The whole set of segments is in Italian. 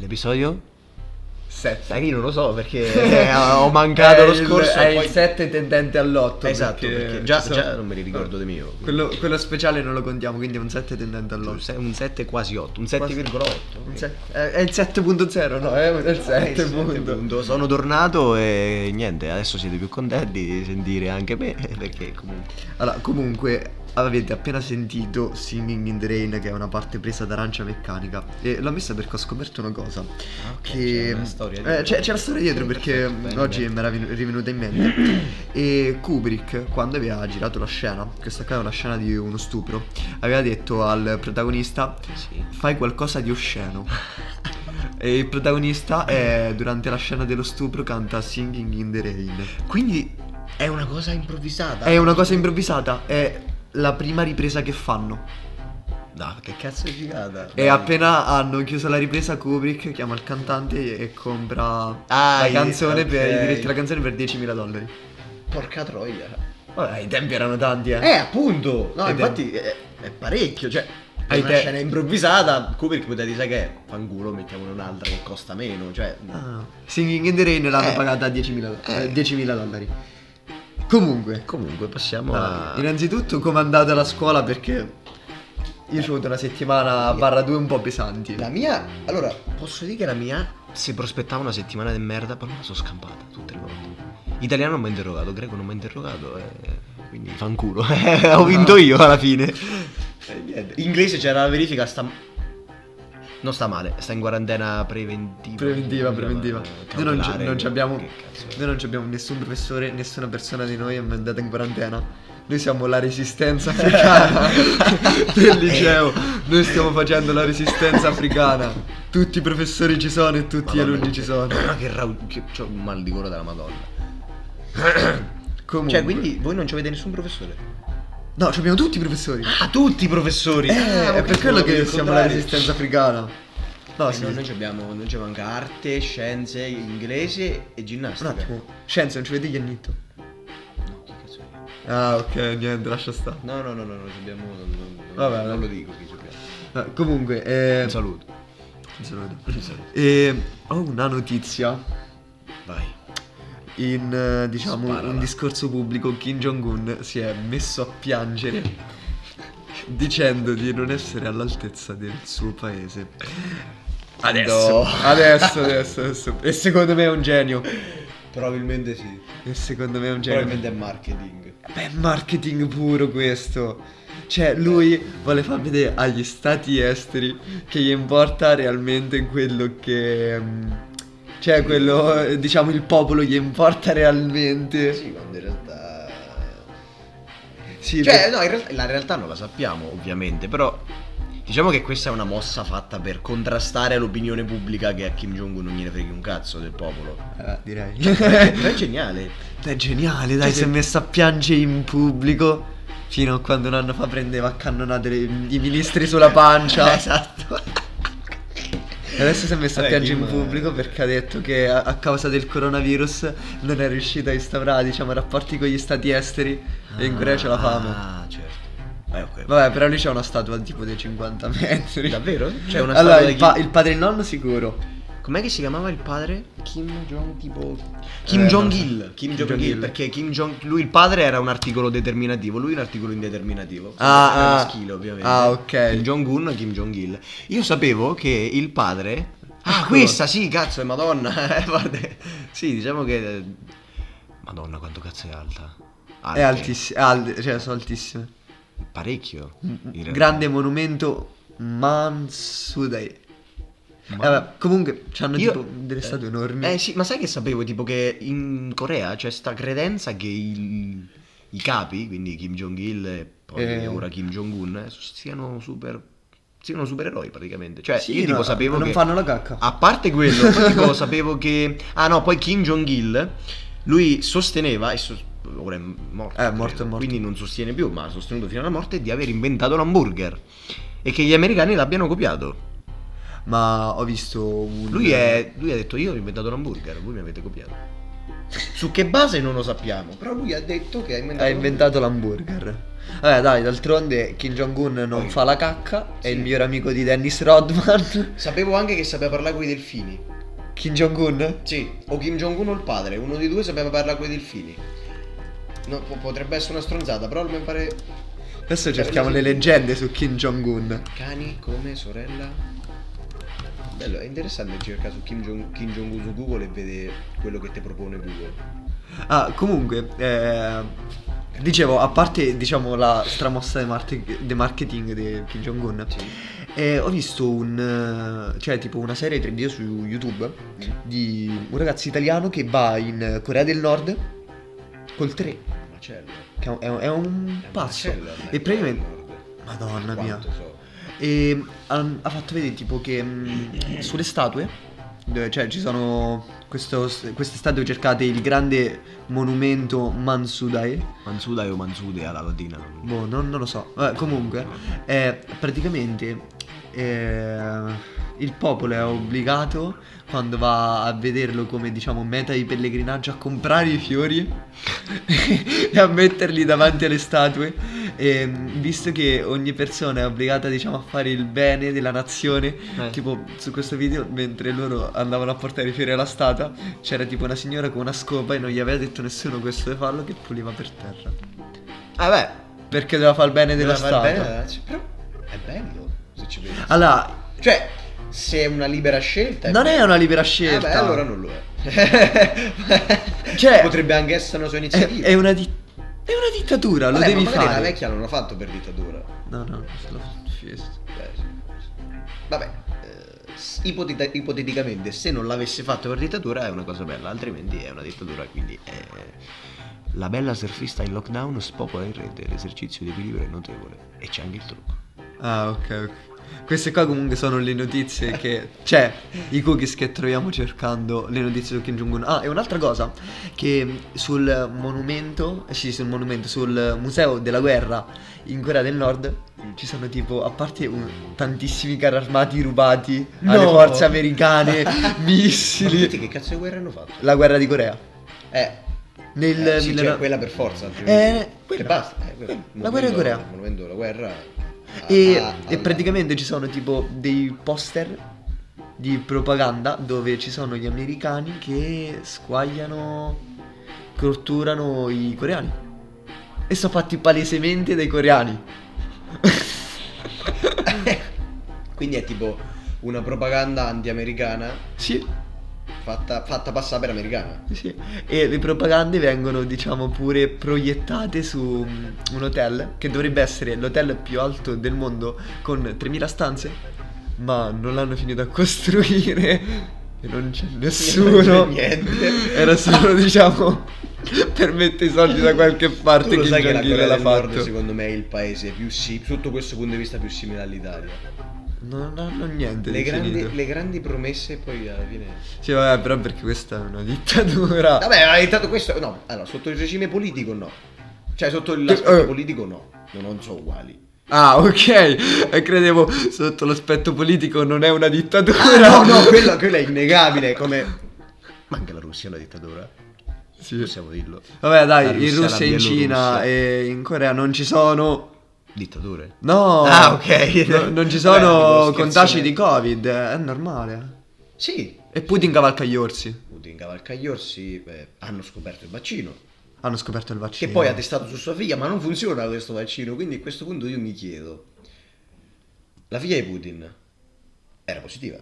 L'episodio? 7. Sai che io non lo so perché ho mancato lo scorso. È poi... il 7 tendente all'8. Esatto, perché già non me li ricordo di mio. Quello speciale non lo contiamo, quindi è un 7 tendente all'8. Un 7 quasi 8, un 7,8. È il 7.0, no? È il 7 punto. Sono tornato e niente, adesso siete più contenti di sentire anche me perché comunque... Allora, comunque avete appena sentito Singing in the Rain, che è una parte presa da Arancia Meccanica, e l'ho messa perché ho scoperto una cosa, che c'è una storia dietro. c'è la storia dietro, perché oggi mi era rivenuta in mente. E Kubrick, quando aveva girato la scena, questa qua è una scena di uno stupro, aveva detto al protagonista: Sì. fai qualcosa di osceno. E il protagonista durante la scena dello stupro canta Singing in the Rain. Quindi è una cosa improvvisata. È una cosa improvvisata, è la prima ripresa che fanno. No, che cazzo di figata. E appena hanno chiuso la ripresa, Kubrick chiama il cantante e compra la canzone per i diritti alla canzone per $10.000. Porca troia. Vabbè, i tempi erano tanti, Appunto. No, infatti è parecchio, cioè è una scena improvvisata. Kubrick poteva dire, sai che fanculo, mettiamone un'altra che costa meno, cioè Singing in the Rain l'hanno pagata a $10.000. Comunque passiamo a... Innanzitutto, com'è andata la scuola, perché io ho avuto una settimana /2 un po' pesanti. La mia, allora, posso dire che la mia si prospettava una settimana di merda, però me la sono scampata tutte le volte. Italiano non mi ha interrogato, greco non mi ha interrogato, quindi fanculo. Ho vinto io alla fine. Inglese c'era la verifica, non sta male, sta in quarantena preventiva. Noi non ci abbiamo nessun professore, nessuna persona di noi è andata in quarantena. Noi siamo la resistenza africana del liceo. Noi stiamo facendo la resistenza africana. Tutti i professori ci sono e tutti gli alunni ci sono. Che c'ho un mal di gola della Madonna. Comunque. Cioè, quindi voi non ci avete nessun professore? No, abbiamo tutti i professori. Ah, tutti i professori. È per quello che siamo la resistenza africana. No, sì. Noi abbiamo anche arte, scienze, inglese e ginnastica. Un attimo. Scienze, non ci vedi Iannitto? No, che cazzo è? Ah, ok, niente, lascia stare. No, abbiamo. Vabbè, non lo dico chi abbiamo. Comunque, Un saluto. Ho una notizia. Vai. In diciamo Sparala. un discorso pubblico, Kim Jong-un si è messo a piangere dicendo di non essere all'altezza del suo paese. Adesso. E secondo me è un genio. Probabilmente sì. E secondo me è un genio. Probabilmente è marketing. Beh, marketing puro questo. Cioè, lui vuole far vedere agli stati esteri che gli importa realmente quello che... Cioè, quello, diciamo, il popolo gli importa realmente. Sì, quando in realtà... Sì, cioè, no, in realtà, la realtà non la sappiamo, ovviamente, però... Diciamo che questa è una mossa fatta per contrastare l'opinione pubblica che a Kim Jong-un non gliene freghi un cazzo del popolo. direi. Però è geniale. È geniale, dai, si è messo a piangere in pubblico. Fino a quando un anno fa prendeva a cannonate i ministri sulla pancia. Esatto. E adesso si è messo a piangere in pubblico perché ha detto che a causa del coronavirus non è riuscito a instaurare, diciamo, rapporti con gli stati esteri e in Grecia la fame. Ah, certo. Okay. Vabbè, però lì c'è una statua tipo dei 50 metri. Davvero? C'è una allora, statua il padre e il nonno sicuro. Com'è che si chiamava il padre? Kim Jong-il. Kim Jong-il, perché lui il padre era un articolo determinativo, lui un articolo indeterminativo. Maschile, ovviamente. Ah, ok. Kim Jong-un, Kim Jong-il. Io sapevo che il padre... Ah, Ecco. questa, sì, cazzo, è Madonna. Guarda. Sì, diciamo che... Madonna, quanto cazzo è alta. È altissima, cioè sono altissime. Parecchio. Grande monumento Mansudae. Vabbè, comunque c'hanno tipo delle statue enormi. Sì, ma sai che sapevo tipo che in Corea c'è sta credenza che i capi, quindi Kim Jong-il e poi ora Kim Jong-un, siano supereroi praticamente. Cioè sì, io tipo sapevo non che fanno la cacca. A parte quello, poi tipo sapevo che poi Kim Jong-il lui sosteneva ora è morto, quindi non sostiene più, ma ha sostenuto fino alla morte di aver inventato l'hamburger e che gli americani l'abbiano copiato. Ma ho visto lui ha detto: io ho inventato l'hamburger, voi mi avete copiato. Su che base non lo sappiamo, però lui ha detto che Ha inventato l'hamburger. Vabbè dai, d'altronde Kim Jong-un non Poi- fa la cacca, è Sì. il migliore amico di Dennis Rodman. Sapevo anche che sapeva parlare con i delfini. Kim Jong-un? Sì, o Kim Jong-un o il padre, uno dei due sapeva parlare con i delfini. No, potrebbe essere una stronzata, però mi pare... Adesso cerchiamo le leggende su Kim Jong-un. Cani come sorella. Bello, è interessante cercare su Kim Jong-un su Google e vedere quello che ti propone Google. Ah, comunque, dicevo, a parte diciamo la stramossa di marketing di Kim Jong-un, ho visto cioè tipo una serie 3D su YouTube di un ragazzo italiano che va in Corea del Nord col treno, Macello. che è un pazzo. E praticamente, madonna mia. Quanto so. E ha fatto vedere tipo che sulle statue, cioè ci sono queste statue, cercate il grande monumento Mansudae. Mansudae o Mansude alla latina. Boh, non lo so. Comunque, praticamente il popolo è obbligato, quando va a vederlo come diciamo meta di pellegrinaggio, a comprare i fiori e a metterli davanti alle statue. E visto che ogni persona è obbligata diciamo a fare il bene della nazione, tipo su questo video, mentre loro andavano a portare i fiori alla statua, c'era tipo una signora con una scopa e non gli aveva detto nessuno questo deve farlo, che puliva per terra. Vabbè, Perché doveva fare il bene della doveva far statua. bene, però è bello se ci pensi. Allora, Cioè, se è una libera scelta. non è bello. una libera scelta. Beh, allora non lo è. Cioè, potrebbe anche essere una sua iniziativa. è una dittatura, lo Vabbè, devi ma magari fare. la vecchia l'hanno fatto per dittatura. No, se lo fiesta. Beh, sì. Vabbè, ipoteticamente, se non l'avesse fatto per dittatura è una cosa bella, altrimenti è una dittatura, quindi la bella surfista in lockdown spopola in rete, l'esercizio di equilibrio è notevole e c'è anche il trucco. Ah, ok. Queste qua comunque sono le notizie che... Cioè, i cookies che troviamo cercando le notizie su Kim Jong-un. Ah, e un'altra cosa, che sul monumento, sul museo della guerra in Corea del Nord ci sono tipo, a parte tantissimi carri armati rubati alle forze americane, Ma missili. tutti che cazzo di guerra hanno fatto? La guerra di Corea. Nel sì, 1900 cioè, quella per forza, altrimenti quella. che basta. La guerra di Corea. Il monumento della guerra. E praticamente ci sono tipo dei poster di propaganda dove ci sono gli americani che squagliano, torturano i coreani. E sono fatti palesemente dai coreani. Quindi è tipo una propaganda anti-americana Sì, fatta passare per americana. sì. E le propagande vengono diciamo pure proiettate su un hotel che dovrebbe essere l'hotel più alto del mondo con 3000 stanze, ma non l'hanno finito a costruire e non c'è nessuno. Non c'è niente. Era solo diciamo per mettere i soldi da qualche parte. Tu lo che sai che la Jong-il Corea l'ha del Nord fatto. secondo me è il paese più sotto questo punto di vista più simile all'Italia. Non hanno niente Le di finito. grandi promesse e poi alla fine. Sì, vabbè, però perché questa è una dittatura. Vabbè, hai detto questo. No, allora sotto il regime politico no. Cioè sotto l'aspetto politico no. Non sono uguali. Ah, ok. E credevo sotto l'aspetto politico non è una dittatura. Ah, no, quello è innegabile. Come. Ma anche la Russia è una dittatura. Sì. Possiamo dirlo. Vabbè, dai, La in Russia, Russia, la in Cina Bielorussia. e in Corea non ci sono. Dittature. No. Ah, ok. Non ci Vabbè, sono tipo contagi scherzone. di Covid. È normale. Sì. E Putin cavalca gli orsi. Putin cavalca gli orsi. Hanno scoperto il vaccino. Hanno scoperto il Che vaccino. poi ha testato su sua figlia, ma non funziona questo vaccino. Quindi a questo punto io mi chiedo: la figlia di Putin era positiva?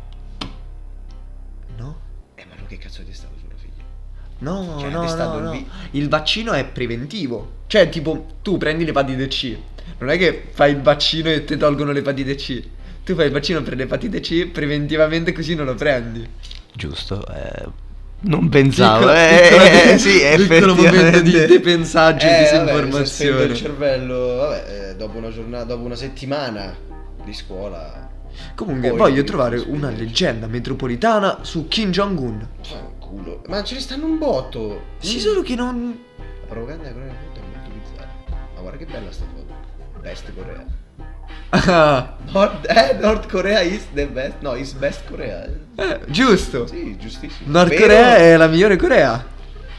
No. Ma lui che cazzo ha testato sulla figlia? No, Cioè, ha no, testato no, il no. Il vaccino è preventivo. Cioè, tipo, tu prendi l'epatite C. Non è che fai il vaccino e ti tolgono l'epatite C. Tu fai il vaccino per l'epatite C preventivamente, così non lo prendi. Giusto, non pensavo. Piccolo, Sì, piccolo momento di effettivamente. depensaggio e Vabbè, disinformazione. si è spento il cervello. Vabbè, dopo una giornata, dopo una settimana di scuola. Comunque, Poi voglio devi trovare spiegare. una leggenda metropolitana su Kim Jong-un. Fanculo. Ma ce ne stanno un botto. Sì, solo che non... La propaganda di Corea del Nord è molto bizzarra. Ma guarda che bella sta foto. Best Corea. Ah, Nord Corea is the best. No, is best Corea. giusto. Sì, giustissimo. Nord Vero? Corea è la migliore Corea.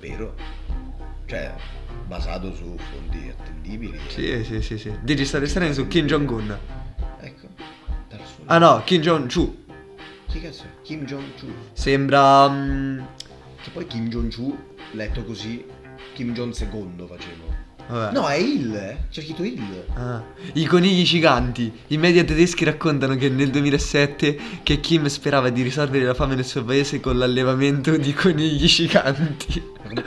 vero. Cioè, basato su fonti attendibili. Sì. Dici state strani su Kim Jong-un. Ecco. Dal suo Ah no, Kim Jong-chu. Chi cazzo è? Kim Jong-chu. Sembra... Che poi Kim Jong-chu, letto così, Kim Jong II facevo. Vabbè. No, è Il, c'è scritto Il. Ah, i conigli giganti. I media tedeschi raccontano che nel 2007 che Kim sperava di risolvere la fame nel suo paese con l'allevamento di conigli giganti.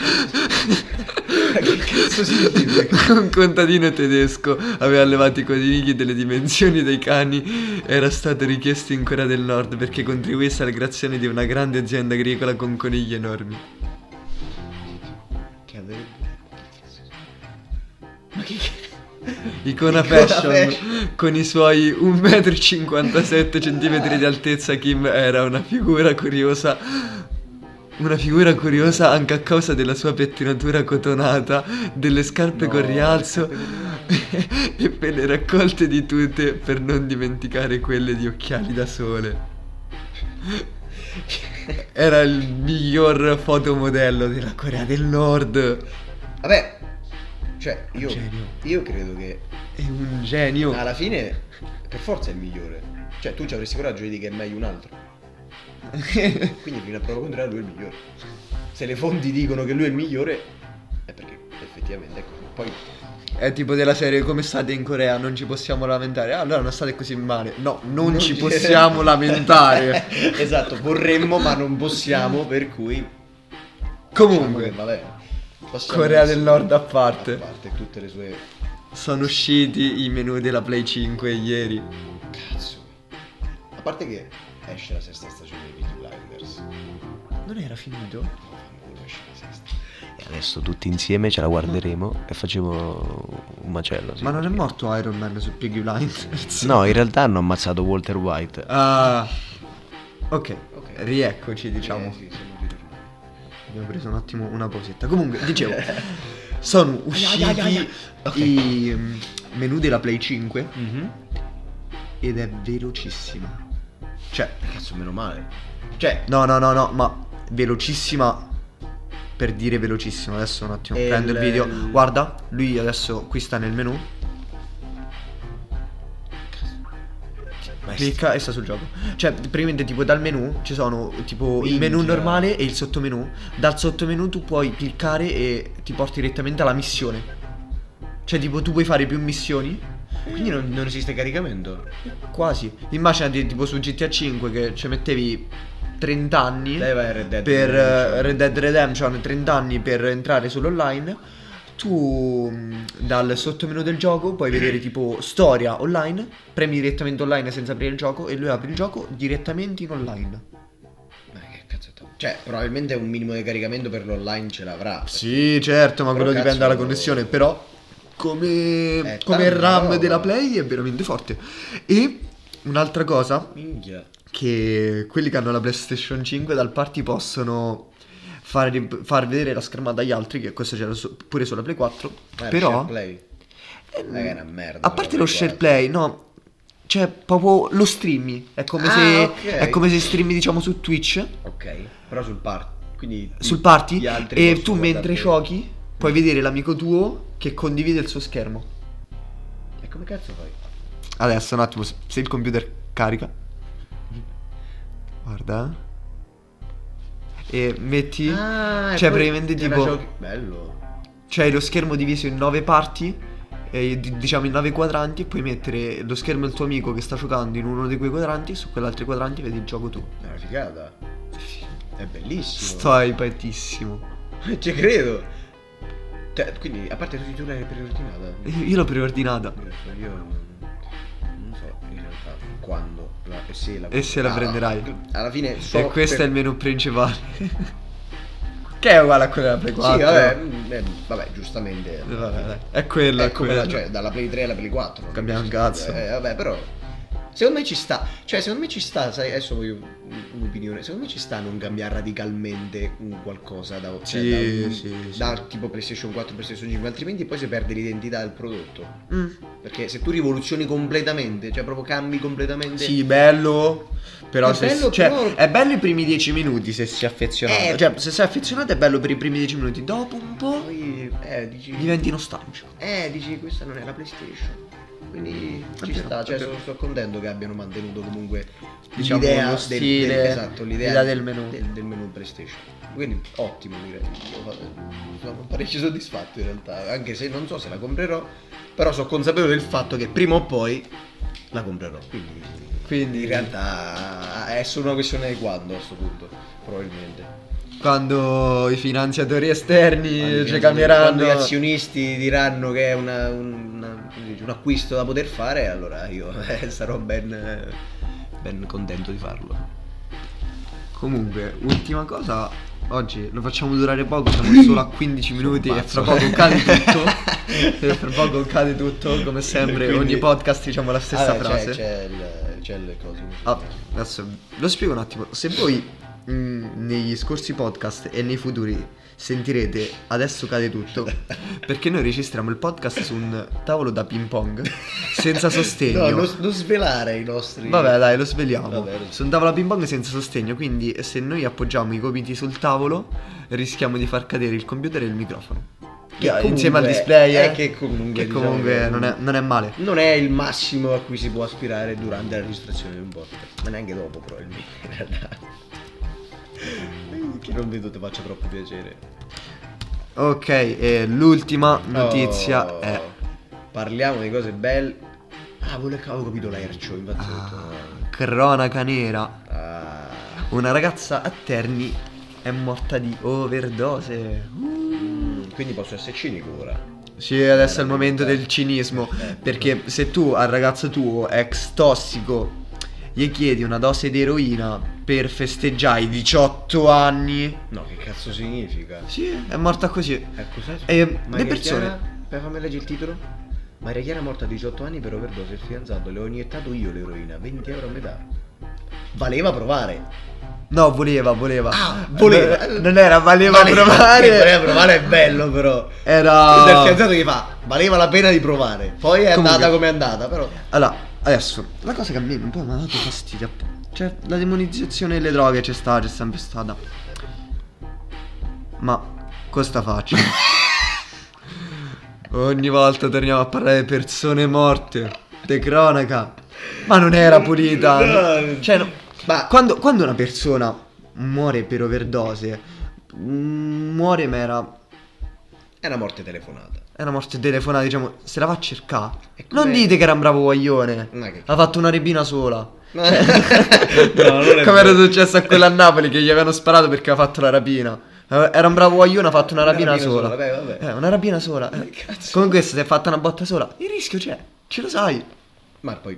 Ma che cazzo significa? Un contadino tedesco aveva allevato i conigli delle dimensioni dei cani. Era stato richiesto in Corea del Nord perché contribuisse alla creazione di una grande azienda agricola con conigli enormi. Che avrebbe... Ma che... Icona Fashion, con i suoi 1,57 m di altezza, Kim era una figura curiosa anche a causa della sua pettinatura cotonata, delle scarpe con rialzo e per le raccolte di tute, per non dimenticare quelle di occhiali da sole. Era il miglior fotomodello della Corea del Nord. Vabbè, cioè io credo che È un genio. alla fine per forza è il migliore. Cioè tu ci avresti coraggio di dire che è meglio un altro. Quindi fino a prova contraria lui è il migliore. Se le fonti dicono che lui è il migliore è perché effettivamente è così. Poi È tipo della serie come state in Corea, non ci possiamo lamentare. Allora non state così male. No, non ci possiamo lamentare. Esatto, vorremmo ma non possiamo, per cui Comunque, diciamo che, vabbè, possiamo Corea del essere- Nord a parte. A parte tutte le sue Sono usciti i menu della Play 5 ieri. cazzo. A parte che esce la sesta stagione di Peaky Blinders. Non era finito? Fanculo, esce la sesta. E adesso tutti insieme ce la guarderemo e facciamo un macello. sì, Ma non è perché- morto Iron Man su Piggy Blinders? No, in realtà hanno ammazzato Walter White. Ah, ok, Ok. rieccoci, diciamo. Sì, siamo ritornati. Abbiamo preso un attimo una pausetta. Comunque, dicevo, sono usciti Ok. i menu della Play 5 Mhm. ed è velocissima. Cioè, Cazzo, meno male. Cioè, no, ma velocissima per dire velocissima. Adesso un attimo E prendo il il- video. Guarda, lui adesso qui sta nel menu. Clicca e sta sul gioco. Cioè, praticamente tipo dal menu ci sono tipo il menu Minchia. normale e il sottomenu. Dal sottomenu tu puoi cliccare e ti porti direttamente alla missione. Cioè, tipo tu puoi fare più missioni. quindi non esiste caricamento. Quasi. Immaginati tipo su GTA 5 che ci mettevi 30 anni Dai, vai, Red Dead per Redemption. Red Dead Redemption, 30 anni per entrare sull'online. Tu dal sottomenu del gioco puoi vedere tipo storia online, premi direttamente online senza aprire il gioco e lui apre il gioco direttamente in online. Ma che cazzo è Cioè, probabilmente un minimo di caricamento per l'online ce l'avrà. Sì, certo, ma Però quello dipende cazzo, dalla connessione, però come il tanta RAM roba. della Play è veramente forte. E un'altra cosa, Minchia. che quelli che hanno la PlayStation 5 dal party possono far vedere la schermata agli altri, che questo c'era pure sulla Play 4, però Share play. È una merda. a parte lo share play, no, cioè proprio lo streaming, è come Ah, se ok. è come se streami diciamo su Twitch, Ok, però sul party. Quindi sul party, gli altri e possono tu mentre guardare- giochi puoi vedere l'amico tuo che condivide il suo schermo. E come cazzo fai? Adesso un attimo, se il computer carica, guarda, e metti, cioè praticamente tipo bello. c'hai lo schermo diviso in 9 parti, diciamo in 9 quadranti, e puoi mettere lo schermo del tuo amico che sta giocando in uno di quei quadranti, e su quell'altro quadranti vedi il gioco tu. È una figata. È bellissimo. Stai patissimo. Ci credo. Cioè, quindi, a parte tu l'hai preordinata. Io l'ho preordinata. Io non so in realtà quando E se la prenderai. Alla fine so E questo per- è il menu principale. Che è uguale a quello della Play 4. Sì, vabbè, vabbè, giustamente. Vabbè, dai. È quello, È è come quello. cioè, dalla Play 3 alla Play 4. Cambiamo un cazzo. Vabbè, però Secondo me ci sta, sai, adesso voglio un'opinione, secondo me ci sta a non cambiare radicalmente un qualcosa da tipo PlayStation 4, PlayStation 5, altrimenti poi si perde l'identità del prodotto. Perché se tu rivoluzioni completamente, cioè proprio cambi completamente. Sì, bello, però, però... è bello i primi 10 minuti se sei affezionato. Cioè, se sei affezionato è bello per i primi 10 minuti, dopo un po' poi diventi nostalgico. Dici questa non è la PlayStation. Quindi ci sta, cioè sono contento che abbiano mantenuto comunque diciamo l'idea lo stile, l'idea del menu. Del menu PlayStation. Quindi ottimo, direi. Sono parecchio soddisfatto in realtà, anche se non so se la comprerò, però sono consapevole del fatto che prima o poi la comprerò. Quindi in realtà è solo una questione di quando a questo punto, probabilmente. Quando i finanziatori esterni ci cambieranno, quando gli azionisti diranno che è un acquisto da poter fare, allora io sarò ben contento di farlo. Comunque, ultima cosa, oggi lo facciamo durare poco, siamo solo a 15 minuti e fra poco cade tutto. Come sempre. Quindi, ogni podcast diciamo la stessa frase. C'è le cose. Adesso lo spiego un attimo. Se voi negli scorsi podcast e nei futuri sentirete adesso cade tutto, perché noi registriamo il podcast su un tavolo da ping pong senza sostegno. No, non svelare i nostri. Vabbè, dai, lo sveliamo. Vabbè. Su un tavolo da ping pong senza sostegno, quindi se noi appoggiamo i gomiti sul tavolo rischiamo di far cadere il computer e il microfono. Insieme al display, che comunque non è male. Non è il massimo a cui si può aspirare durante la registrazione di un podcast, ma neanche dopo probabilmente in realtà. Che non vedo ti faccia troppo piacere. Ok, e l'ultima notizia è... Parliamo di cose belle. Avevo capito l'Aircho, infatti. Cronaca nera. Una ragazza a Terni è morta di overdose. Quindi posso essere cinico ora. Sì, adesso è il momento del cinismo. Perché se tu al ragazzo tuo ex tossico gli chiedi una dose di eroina per festeggiare i 18 anni. No, che cazzo significa? Sì, è morta così. Cos'è? Le persone. Fammi leggere il titolo. Maria Chiara è morta a 18 anni per overdose. Il fidanzato le ho iniettato io l'eroina, 20 euro a metà. Valeva provare. No, voleva. Voleva. Non era valeva provare. Voleva provare è bello però. Era il fidanzato che fa valeva la pena di provare. Poi è andata come è andata, però. Allora, adesso la cosa che a me un po' mi ha dato fastidio, cioè la demonizzazione delle droghe c'è sempre stata. Ma cosa faccio? Ogni volta torniamo a parlare di persone morte, di cronaca. Ma non era pulita. Cioè ma quando una persona muore per overdose, muore ma era una morte telefonata. È una morte telefonata, diciamo, se la va a cercare. Non dite che era un bravo guaglione. Ha fatto una rebina sola. No, non è come era successo a quella a Napoli che gli avevano sparato perché aveva fatto la rapina. Era un bravo guaglione, ha fatto una rapina sola. Vabbè. Una rapina sola. Con questo si è fatta una botta sola. Il rischio c'è, ce lo sai. Ma poi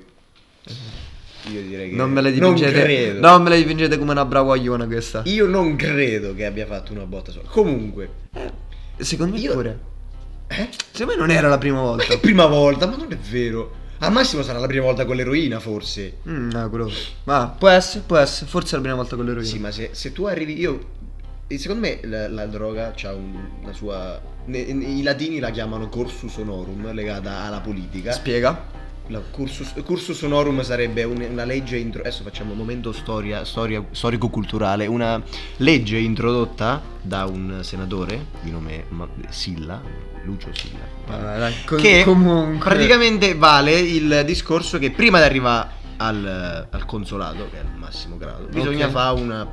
io direi che non me la dipingete. Non me la dipingete come una brava guagliona questa. Io non credo che abbia fatto una botta sola. Comunque, secondo me pure. Secondo me non era la prima volta. Ma che prima volta? Ma non è vero. Al massimo sarà la prima volta con l'eroina, forse. Ma può essere, forse è la prima volta con l'eroina. Sì, ma se tu arrivi, secondo me la droga c'ha una sua. I latini la chiamano cursus honorum, legata alla politica. Spiega. Cursus honorum sarebbe una legge adesso facciamo un momento storia storico-culturale. Una legge introdotta da un senatore di nome Silla, Lucio Silla, che comunque praticamente vale il discorso che prima di arrivare al consolato, che è il massimo grado, bisogna fare una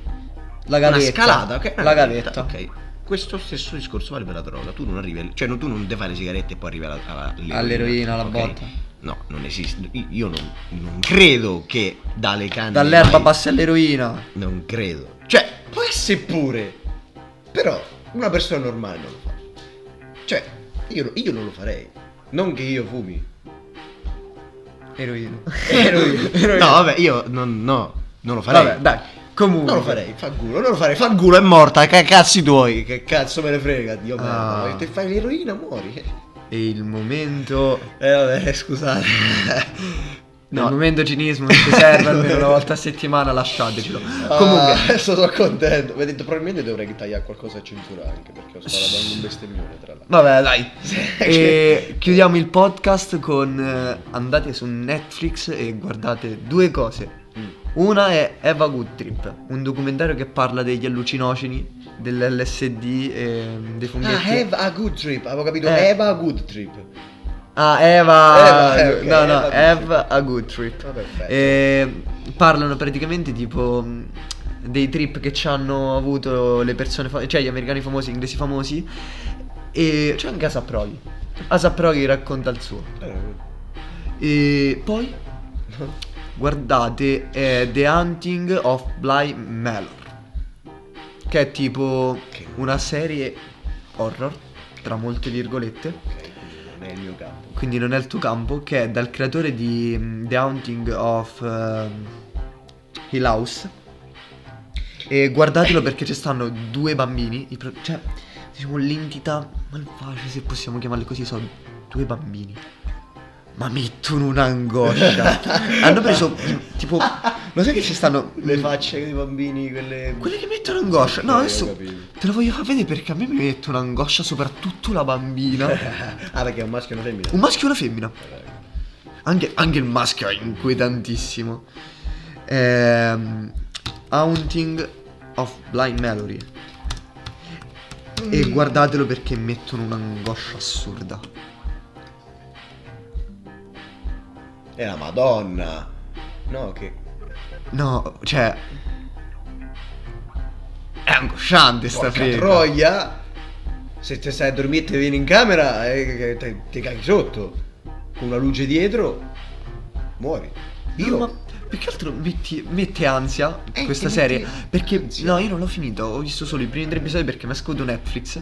scalata, la gavetta. Ok. Questo stesso discorso vale per la droga. Tu non arrivi, cioè tu non devi fare le sigarette e poi arrivi all'eroina, alla botta. No, non esiste. Io non credo che dalle canne dall'erba passi all'eroina. Non credo. Cioè, può essere pure. Però una persona normale non lo fa. Cioè, io non lo farei. Non che io fumi. Eroina. No, vabbè, io non lo farei. Vabbè, dai. Comunque non lo farei, non lo farei. Fanculo, è morta, che cazzi tuoi. Che cazzo me ne frega, Dio merda. Te fai l'eroina, muori. E il momento. Vabbè, scusate. Nel momento cinismo non ci serve, almeno una volta a settimana lasciatecelo. Comunque, adesso sono contento. Mi ha detto probabilmente dovrei tagliare qualcosa a censura anche perché ho sparato anche un bestemmione tra l'altro. vabbè, dai. E chiudiamo il podcast con andate su Netflix e guardate due cose. Una è Eva Good Trip, un documentario che parla degli allucinogeni, dell'LSD e dei funghetti. Have a good trip, avevo capito. Eva a good trip. Ah, Eva, ok, no, Eva have a good trip. Ah, perfetto. E parlano praticamente tipo dei trip che ci hanno avuto le persone, cioè gli americani famosi, gli inglesi famosi. E c'è anche Asap Rocky. Asap Rocky racconta il suo. E poi guardate The Hunting of Bly Manor, che è tipo una serie horror, tra molte virgolette. Non è il mio campo. Quindi non è il tuo campo, che è dal creatore di The Haunting of Hill House. E guardatelo perché ci stanno due bambini, cioè diciamo l'entità malvagia, se possiamo chiamarli così, sono due bambini. Ma mettono un'angoscia. Hanno preso tipo, lo sai che ci stanno Le facce dei bambini, quelle che mettono angoscia. No, ho adesso capito. te lo voglio far vedere perché a me mi mette un'angoscia, soprattutto la bambina. Ah, perché è un maschio e una femmina? Un maschio e una femmina. Anche il maschio è inquietantissimo. Haunting of Blind Mallory. E guardatelo perché mettono un'angoscia assurda. È la Madonna. No, che No, cioè è angosciante sta porca frega. troia. Se te stai a dormire e te vieni in camera ti caghi sotto. Con una luce dietro muori. Io No, ma più che altro mette ansia questa ti serie. mette Perché ansia. no, io non l'ho finito. Ho visto solo i primi 3 episodi perché mi ha scodato Netflix.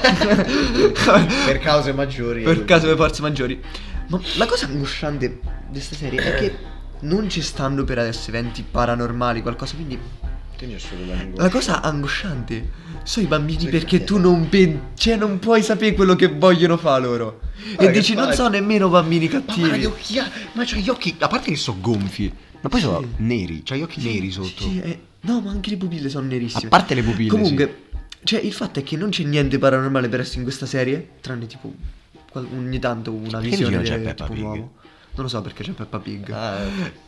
per cause maggiori. Per caso le forze maggiori. Ma la cosa angosciante di questa serie è che non ci stanno per adesso eventi paranormali, qualcosa, quindi Quindi è solo l'angoscia. la cosa angosciante sono i bambini perché tu non cioè non puoi sapere quello che vogliono fare loro. Guarda E che dici non facile. sono nemmeno bambini Ma cattivi. guarda gli occhi, ma c'ha gli occhi, a parte che sono gonfi, ma poi sono neri, c'ha gli occhi neri sotto. Sì, no, ma anche le pupille sono nerissime. A parte le pupille, Comunque, cioè il fatto è che non c'è niente paranormale per essere in questa serie, tranne tipo ogni tanto una Perché visione non c'è di Peppa tipo Pig? un uomo. Non lo so perché c'è Peppa Pig. Ah,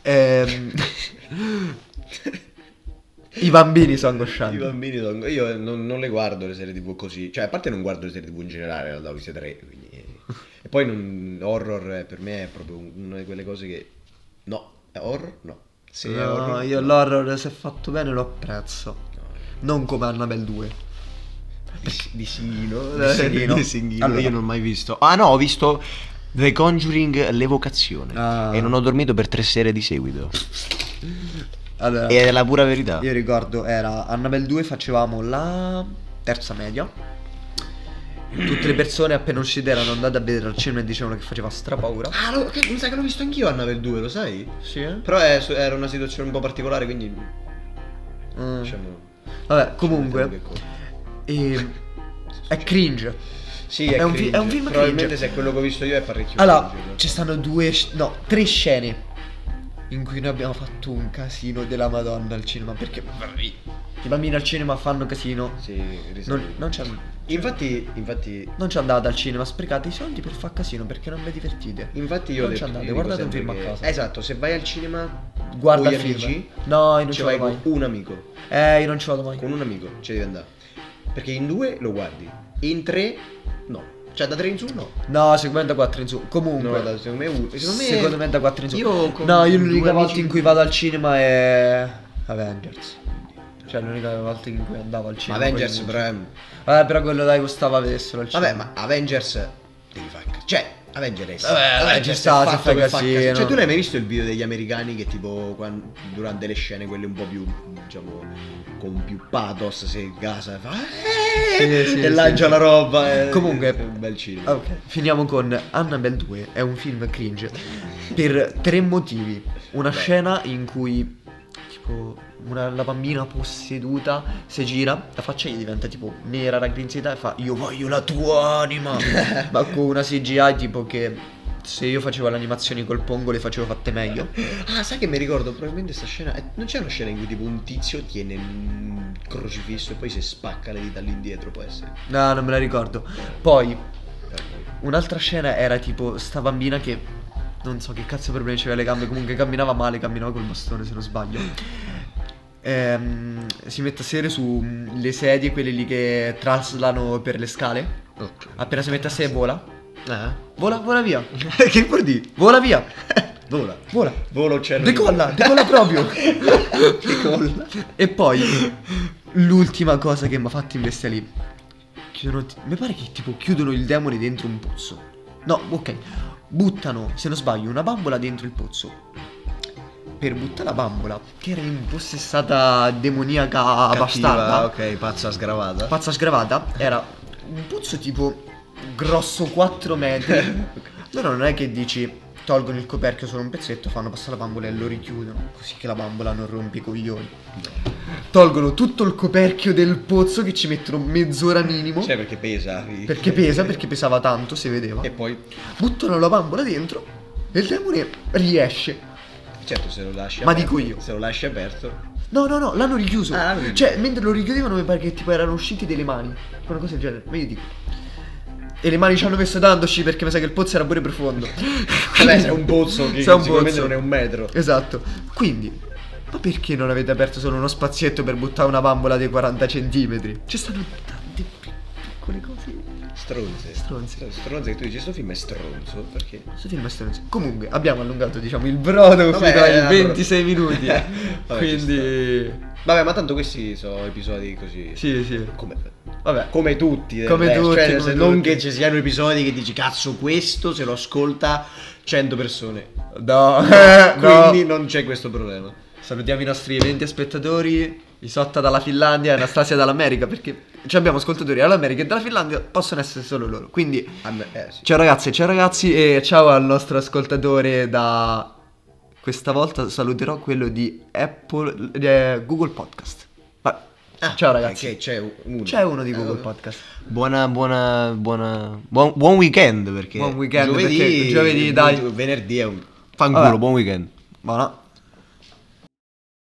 I bambini sono I angoscianti. bambini io non le guardo le serie TV così, cioè a parte non guardo le serie TV in generale, in realtà ho viste 3, quindi e poi horror per me è proprio una di quelle cose che no, è horror? No. Se è No, horror, io no. l'horror se è fatto bene lo apprezzo. Non come Annabelle 2. Di Sino, Di Sino. Allora. Io non ho mai visto. Ah no, ho visto The Conjuring l'evocazione Ah. e non ho dormito per 3 sere di seguito. Allora, E è la pura verità. io ricordo era Annabelle 2, facevamo la terza media. Tutte le persone appena uscite erano andate a vedere al cinema e dicevano che faceva strapaura. Ah, mi sa che l'ho visto anch'io Annabelle 2, lo sai? Sì? Però era una situazione un po' particolare, quindi diciamo Vabbè, comunque che cosa. è cringe. Sì, È un cringe. film Probabilmente cringe. se è quello che ho visto io è parecchio Allora, cringe. ci stanno 3 scene in cui noi abbiamo fatto un casino della Madonna al cinema. Perché i bambini al cinema fanno casino. Sì, risalito. Non c'è Infatti Non ci andate al cinema, sprecate i soldi per far casino perché non vi divertite. Infatti io Non ho ci detto, andate, io guardate dico un film sempre a che- casa. Esatto, se vai al cinema Guarda con il gli film. amici, No, io non ci ci vai vado mai. con un amico. Io non ci vado mai. Con un amico ci devi andare. Perché in 2 lo guardi, in 3 no. Cioè da 3 in su no. No, secondo me da 4 in su. Comunque, No, secondo me secondo me da 4 in su. Io con No, io due l'unica volta amici- in cui vado al cinema è Avengers. Cioè l'unica volta in cui andavo al Ma cinema. Avengers poi- però è... Però quello dai costava vederselo al cinema. Vabbè, ma Avengers devi fare... Cioè, Avengers ci è sta, fatto se fai per far casino. Cioè, tu l'hai mai visto il video degli americani che tipo durante le scene quelle un po' più, diciamo, con più pathos, se gasa fa... Sì, e lancia sì. la roba. Comunque, è un bel cinema. Ok, finiamo con Annabelle 2. È un film cringe per 3 motivi. Una scena in cui tipo la bambina posseduta si gira, la faccia gli diventa tipo nera, raggrinzita e fa io voglio la tua anima. Ma con una CGI tipo che se io facevo le animazioni col pongo le facevo fatte meglio. Ah, sai che mi ricordo probabilmente sta scena. Non c'è una scena in cui tipo un tizio tiene un crocifisso e poi si spacca le dita all'indietro, può essere? No, non me la ricordo. Poi un'altra scena era tipo sta bambina che non so che cazzo problemi c'aveva le gambe, comunque camminava male, camminava col bastone se non sbaglio. Si mette a sedere su le sedie, quelle lì che traslano per le scale. Ok. Appena si mette a sedere vola. Ah. Vola via. Che vuol dire? Vola via. Vola. Vola. Volo uccello. Decolla proprio. Decolla. E poi l'ultima cosa che mi ha fatto imbestialire. Mi pare che tipo chiudono il demone dentro un pozzo. No, ok. Buttano, se non sbaglio, una bambola dentro il pozzo. Per buttare la bambola, che era impossessata demoniaca bastarda. Ok, pazza sgravata. Pazza sgravata. Era un pozzo tipo grosso 4 metri. Loro non è che dici tolgono il coperchio solo un pezzetto, fanno passare la bambola e lo richiudono, così che la bambola non rompe i coglioni. Tolgono tutto il coperchio del pozzo, che ci mettono mezz'ora minimo. Cioè, perché pesa. Perché pesava tanto, si vedeva. E poi, Buttano la bambola dentro e il demone riesce. certo, se lo lasci Ma aperto, dico io. Se lo lasci aperto. No, l'hanno richiuso. Ah, l'hanno richiuso. Cioè, mentre lo richiudevano mi pare che tipo erano usciti delle mani, una cosa del genere. Ma io dico, e le mani ci hanno messo dandoci perché mi sa che il pozzo era pure profondo. Vabbè, se è un pozzo che Se è un sicuramente pozzo. non è un metro. Esatto. Quindi, ma perché non avete aperto solo uno spazietto per buttare una bambola dei 40 centimetri? Ci stanno tante piccole cose. Stronze che tu dici, sto film è stronzo perché. Questo film è stronzo. Comunque, abbiamo allungato, diciamo, il brodo Vabbè, fino ai allora. 26 minuti. Vabbè, Quindi Vabbè, ma tanto questi sono episodi così. sì. Vabbè. Come tutti, del Come resto. tutti, Cioè, come non tutti. che ci siano episodi che dici cazzo, questo se lo ascolta 100 persone. No. Quindi non c'è questo problema. Salutiamo i nostri 20 spettatori, Isotta dalla Finlandia e Anastasia dall'America, perché abbiamo ascoltatori dall'America e dalla Finlandia, possono essere solo loro. Quindi Sì. ciao ragazzi e ciao al nostro ascoltatore da... Questa volta saluterò quello di Google Podcast. Vabbè. Ciao ragazzi. Ok, c'è uno. C'è uno di Google Podcast. Buon weekend perché Buon weekend, giovedì, perché giovedì, dai. venerdì è un fanculo, Vabbè. buon weekend. Buona.